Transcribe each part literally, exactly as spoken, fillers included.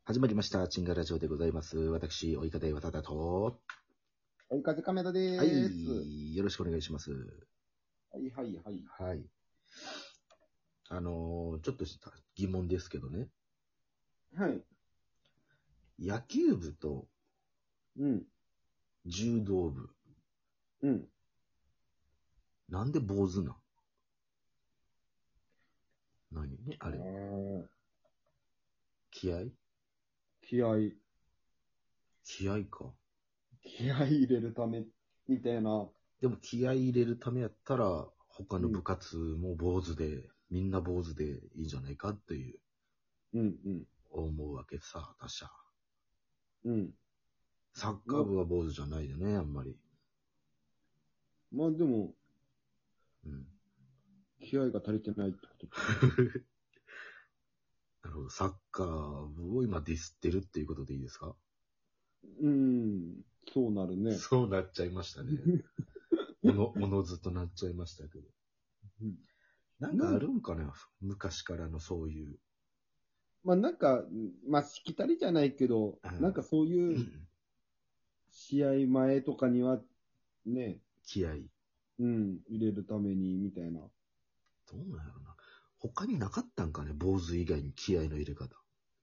始まりました。チンガラジオでございます。私、追い風渡田と、 追い風亀田ではーす。 い、よろしくお願いします。 はいはいはい。 はい。あのー、ちょっとした疑問ですけどね。 はい。 野球部とうん。 柔道部、 うん。 なんで坊主なん何あれあ気合気合、 気合か。 気合い入れるため、みたいな。 でも気合い入れるためやったら、他のうん部活も坊主で、みんな坊主でいいんじゃないかっていう、 うんうん。 思うわけさ、他者。 うん。 サッカー部は坊主じゃないよね、あんまり。 まあでも、 うん。 気合が足りてないってこと。 なるほど。サッカー部を今ディスってるっていうことでいいですか？ うん。そうなるね。 そうなっちゃいましたね。おの、おのずとなっちゃいましたけど。 うんなんかあるんかな、昔からのそういう。 まあなんか、まあしきたりじゃないけど、 うんなんかそういう試合前とかには、ね、 気合。 うん、入れるために、みたいな。 どうなんやろな。他になかったんかね、坊主以外に気合の入れ方。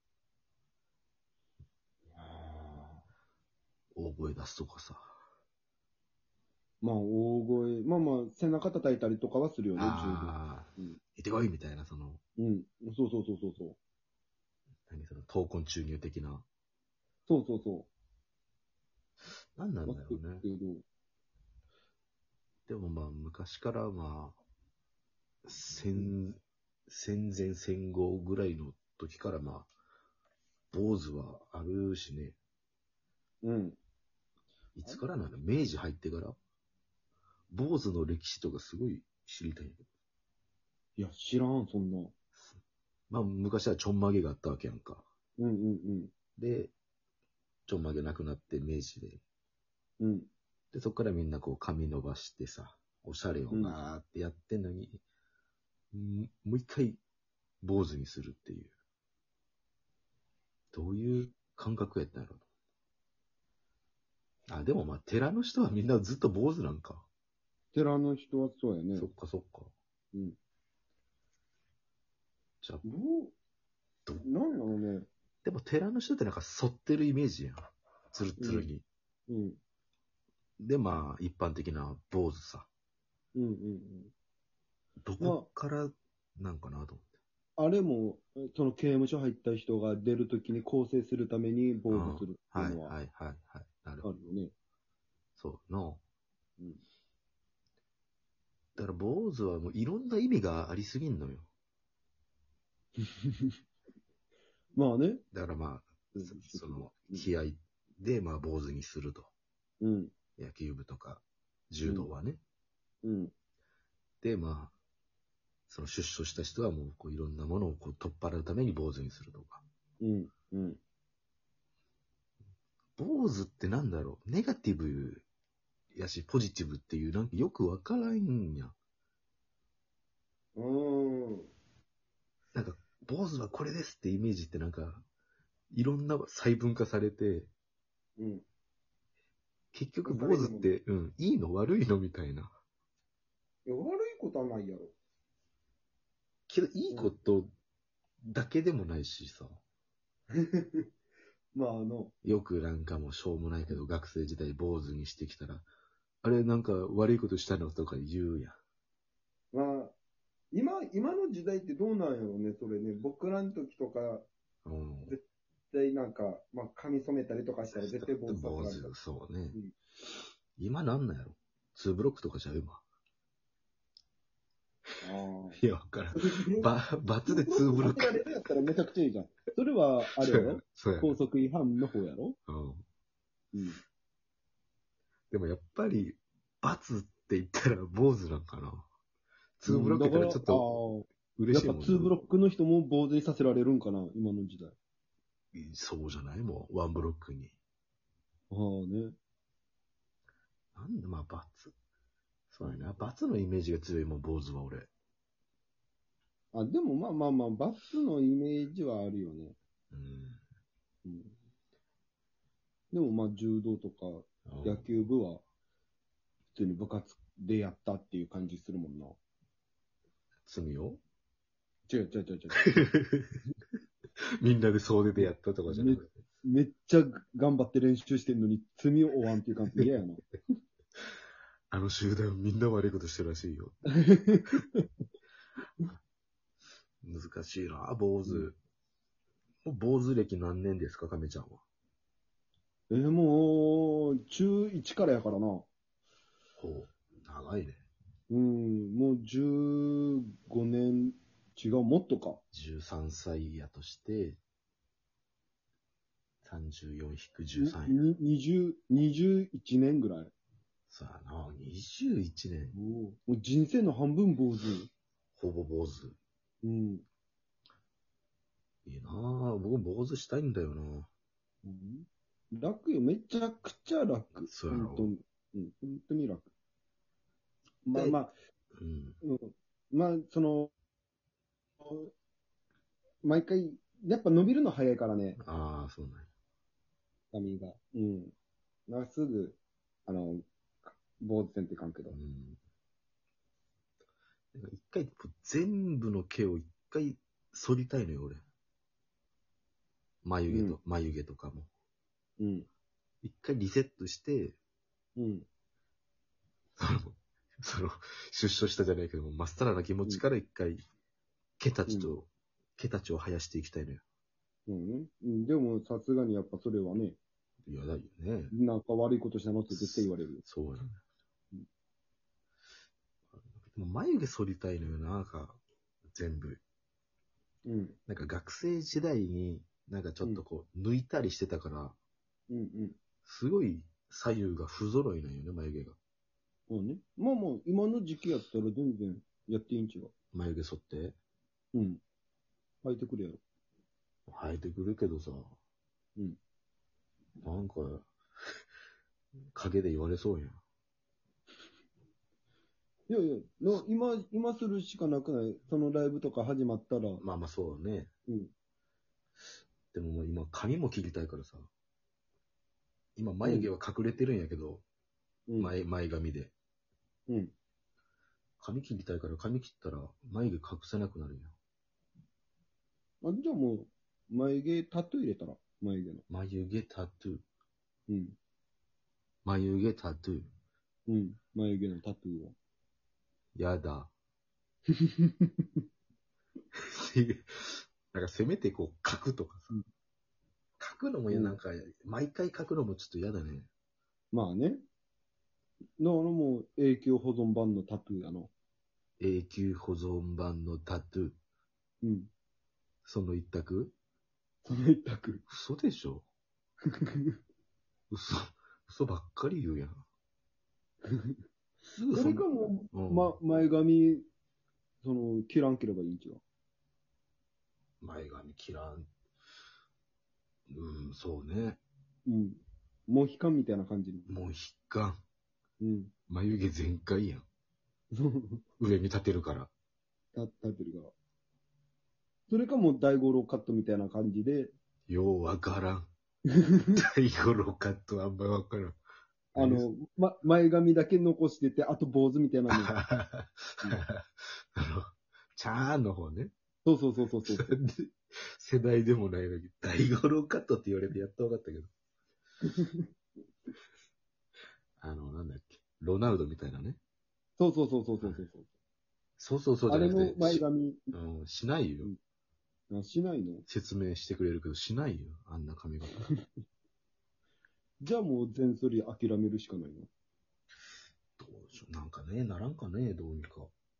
大声出すとかさ。 まあ大声、まあまあ背中叩いたりとかはするよね、十分。 ああ、 うん行ってこいみたいな、その、 うん。そうそうそうそうそう。 何その、闘魂注入的な。 そうそうそ何なんう。わかるだろうね。 けど。 でもまあ、昔からまあ、戦、戦前戦後ぐらいの時からまあ、坊主はあるしね。 うん。 いつからなの？明治入ってから坊主の歴史とかすごい知りたいんやけど。 いや、知らん、そんな。 まあ、昔はちょんまげがあったわけやんか。 うんうんで、ちょんまげなくなって明治で。 うん。うん。 で、そこからみんなこう髪伸ばしてさ、おしゃれをバーってやってんのに、んもう一回坊主にするっていう。どういう感覚やったんやろな。あ、でもまあ、寺の人はみんなずっと坊主なんか。 寺の人はそうやね。 そっかそっか。 うん。 じゃあ、 どどう、なんやろうね。 でも寺の人ってなんか反ってるイメージやん。つるつるに。 うん。 で、まあ、一般的な坊主さ。 うんうんうん。 どまこからなんかなと思って。 あ、あれも、その刑務所入った人が出るときに更生するために坊主するってはいいうのははいはいはい。なるあほど。 るよね。 そうの。 うん。 だから坊主はもういろんな意味がありすぎんのよ。 まあね。 だからまあ、 うんそその、気合でまあ坊主にすると。 うん。 野球部とか、柔道はね。 うん。 で、まあ、その出所した人はもうこういろんなものをこう取っ払うために坊主にするとか。 うん。うん。 坊主ってなんだろう、ネガティブやし、ポジティブっていう、なんかよくわからんやん。 うん。 なんか、坊主はこれですってイメージってなんか、いろんな細分化されて、 うん。 結局それでも、い坊主って、うん、いいの悪いのみたいな。 や、悪いことはないやろ。 けど、いいことだけでもないしさ。 まあ、あの、 よくなんかもうしょうもないけど、学生時代坊主にしてきたら、あれなんか悪いことしたのとか言うやん。 まあ、今、今の時代ってどうなんやろうね、それね。僕らの時とか、 うん。 絶対なんか、まあ、髪染めたりとかしたら絶対坊主させ坊られた。 主、そうね。 うん今なんなんやろ？ ツー ブロックとかじゃう今。 あいや、わからん。 あ。でば、罰でツーブロック。 られるやったらめちゃくちゃいいじゃん。それは、あれやろそうやな。 高速違反の方やろうん。 うん。 でもやっぱり、罰って言ったら坊主なんかな。ツーブロックだから、あやったらちょっとあ。やっぱ嬉しいもんな。 ツーブロックの人も坊主にさせられるんかな今の時代。 そうじゃないもん、ワンブロックに。 ああね。 なんで、まあ、罰。そうやな。罰のイメージが強いもん、坊主は俺。 あ、でもまあまあまあ、バツのイメージはあるよね。 うん。 うん。でもまあ柔道とかうん野球部は普通に部活でやったっていう感じするもんな。 罪を違う違う違う違う。 みんなで総出でやったとかじゃなくて。 めっちゃ頑張って練習してんのに罪を負わんっていう感じ嫌やな。 あの集団みんな悪いことしてるらしいよ。難しいな、坊主。もう坊主歴何年ですか、亀ちゃんは。 えー、もう、中いちからやからな。 ほう。長いね。 うん、もうじゅうごねん、違う、もっとか。 じゅうさんさいやとして、さんじゅうよん引くじゅうさんや。 ににじゅう、にじゅういちねんぐらい。 さあな、にじゅういちねん。 もうもう人生の半分坊主。 ほぼ坊主。 うん。 いいなぁ。僕坊主したいんだよな。 うん、楽よ、めちゃくちゃ楽。 そうやろ本当に。うん、本当に楽。まあでまあ、 うん。 うん、まあ、その、毎回、やっぱ伸びるの早いからね、 ああ、そうなんや。 髪が。うん。だからすぐ、あの、坊主せんっていかんけど。 うん。なんか一回、全部の毛を一回剃りたいのよ、俺。眉毛と、 うん眉毛とかも。 うん。 一回リセットして、 うん。 その、その、出所したじゃないけども、まっさらな気持ちから一回、毛たちと、毛たちを生やしていきたいのよ。 うんね。うんでも、さすがにやっぱそれはね、 いやだよね。 なんか悪いことしたのって絶対言われるよ。 そうなのよ。 うんでも眉毛剃りたいのよな、なんか、全部。 うん。 なんか学生時代に、なんかちょっとこう、抜いたりしてたから、 うんうん。 すごい左右が不揃いなんよね、眉毛が。 そうね。まあまあ、今の時期やったら全然やっていいん違う。 眉毛剃って。 うん。履いてくれやろ。 生えてくるけどさ、 うん。 なんか、陰で言われそうやん。 いやいや、の今、今するしかなくない。そのライブとか始まったら、 まあまあそうね。 うん。 でももう今髪も切りたいからさ。今眉毛は隠れてるんやけど、 うん。 前、前髪で。 うん。 髪切りたいから髪切ったら眉毛隠せなくなるんよ。 あ、じゃあもう、眉毛タトゥー入れたら、眉毛の。 眉毛タトゥー。 うん。 眉毛タトゥー。 うん。眉毛のタトゥーを。 やだ。なんかせめてこう書くとかさ。 うん書くのもなんか、毎回書くのもちょっと嫌だね。 まあね。だからもう永久保存版のタトゥーやの。 永久保存版のタトゥー。 うん。 その一択その一択。 嘘でしょ嘘、嘘ばっかり言うやん。すぐそそんれかもう、 うんま、前髪、その、切らんければいいん違う。 前髪切らん。うん、そうね。 うん。モヒカンみたいな感じの。 もう引っかん。 うん。 眉毛全開やん。 そう。 上に立てるから。 立ってるから。それかもう大五郎カットみたいな感じで、 ようわからん。大五郎カットあんまわからん。 あの、ま、前髪だけ残してて、あと坊主みたいなの。 あの、チャーンの方ね。 そうそうそうそうそう。 世代でもないのに、大五郎カットって言われてやっとわかったけど。あの、なんだっけ。ロナウドみたいなね。 そうそうそうそうそうそう。 そうそうそうじあれゃなくての前髪、 し,、うん、しないよ。 あしないの？ 説明してくれるけど、しないよ。あんな髪型。 じゃあもう全剃り諦めるしかないの。 どうしよう。なんかね、ならんかね、どうにか。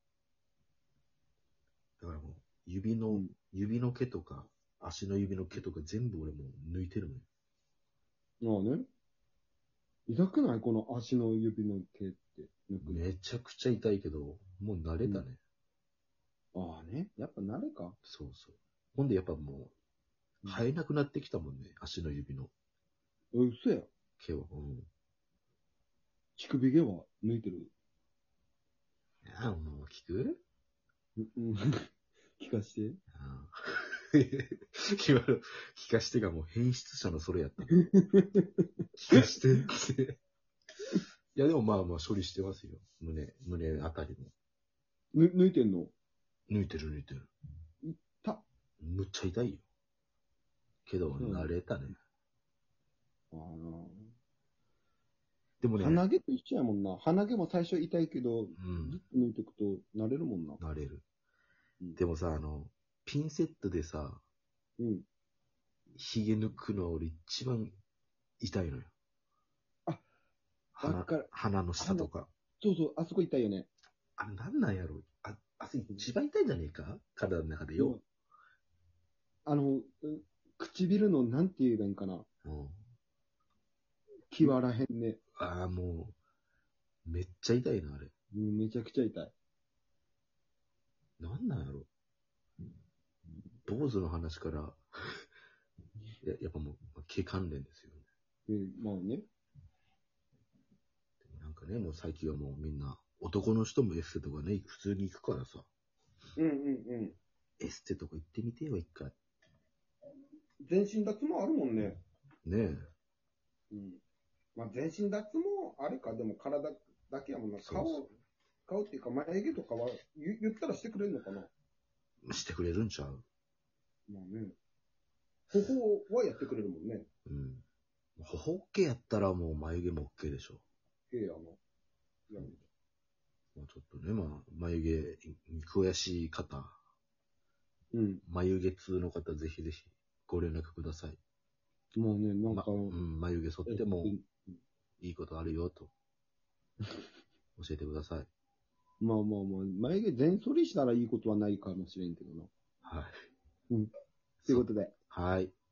だからもう、指の、 うん指の毛とか、足の指の毛とか全部俺もう抜いてるもん。 ああね。痛くないこの足の指の毛って抜くの。 めちゃくちゃ痛いけど、もう慣れたね。 ああね。やっぱ慣れか。 そうそう。ほんでやっぱもう、 うん生えなくなってきたもんね、足の指のうそや。 毛を。うん。 乳首毛は抜いてる。 ああ、もう聞くうん。うん聞かして。 あ今の聞かしてがもう変質者のそれやったから。聞かしてって。いやでもまあまあ処理してますよ。胸、胸あたりも。 ぬ、抜いてんの？ 抜いてる抜いてる。 た。 むっちゃ痛いよ。けど、 うん慣れたね。 あのでもね、 鼻毛と一緒やもんな。鼻毛も最初痛いけど、 うんずっと抜いていくと慣れるもんな。 慣れる。 うんでもさ、あの、ピンセットでさ、 うん。 ひげ抜くの俺一番痛いのよ。 あ、 鼻わかる、 鼻の下とか。 そうそう、あそこ痛いよね。 あれなんなんやろあ、あそこ一番痛いんじゃねえか体の中でよ。 あの、う唇のなんて言えばいいんかな。 うん。 気わらへんね。 ああ、もう、めっちゃ痛いな、あれ。 うんめちゃくちゃ痛い。 なんなんやろ坊主の話から、ややっぱもう、毛関連ですよね。 うん、まあね。 なんかね、もう最近はもうみんな、男の人もエステとかね、普通に行くからさ、 うんうんうん。 エステとか行ってみてよ、一回。 全身脱毛あるもんね。 ねえ。 うん。まあ全身脱毛あれか、でも体だけやもんな。 そうそう顔、顔っていうか眉毛とかは言言ったらしてくれるのかな。 してくれるんちゃうまあね。頬はやってくれるもんね。 うん。ほっけやったらもう眉毛も OK でしょ。 ええ、あの、いや、 もうちょっとね、まあ、眉毛に詳しい方、 うん。 眉毛痛の方、ぜひぜひご連絡ください。 もうね、なんか、 ま、うん、眉毛剃ってもえいいことあるよと、教えてください。 まあまあまあ、眉毛全剃りしたらいいことはないかもしれんけどな。 はい。 うん。ということで。 はい。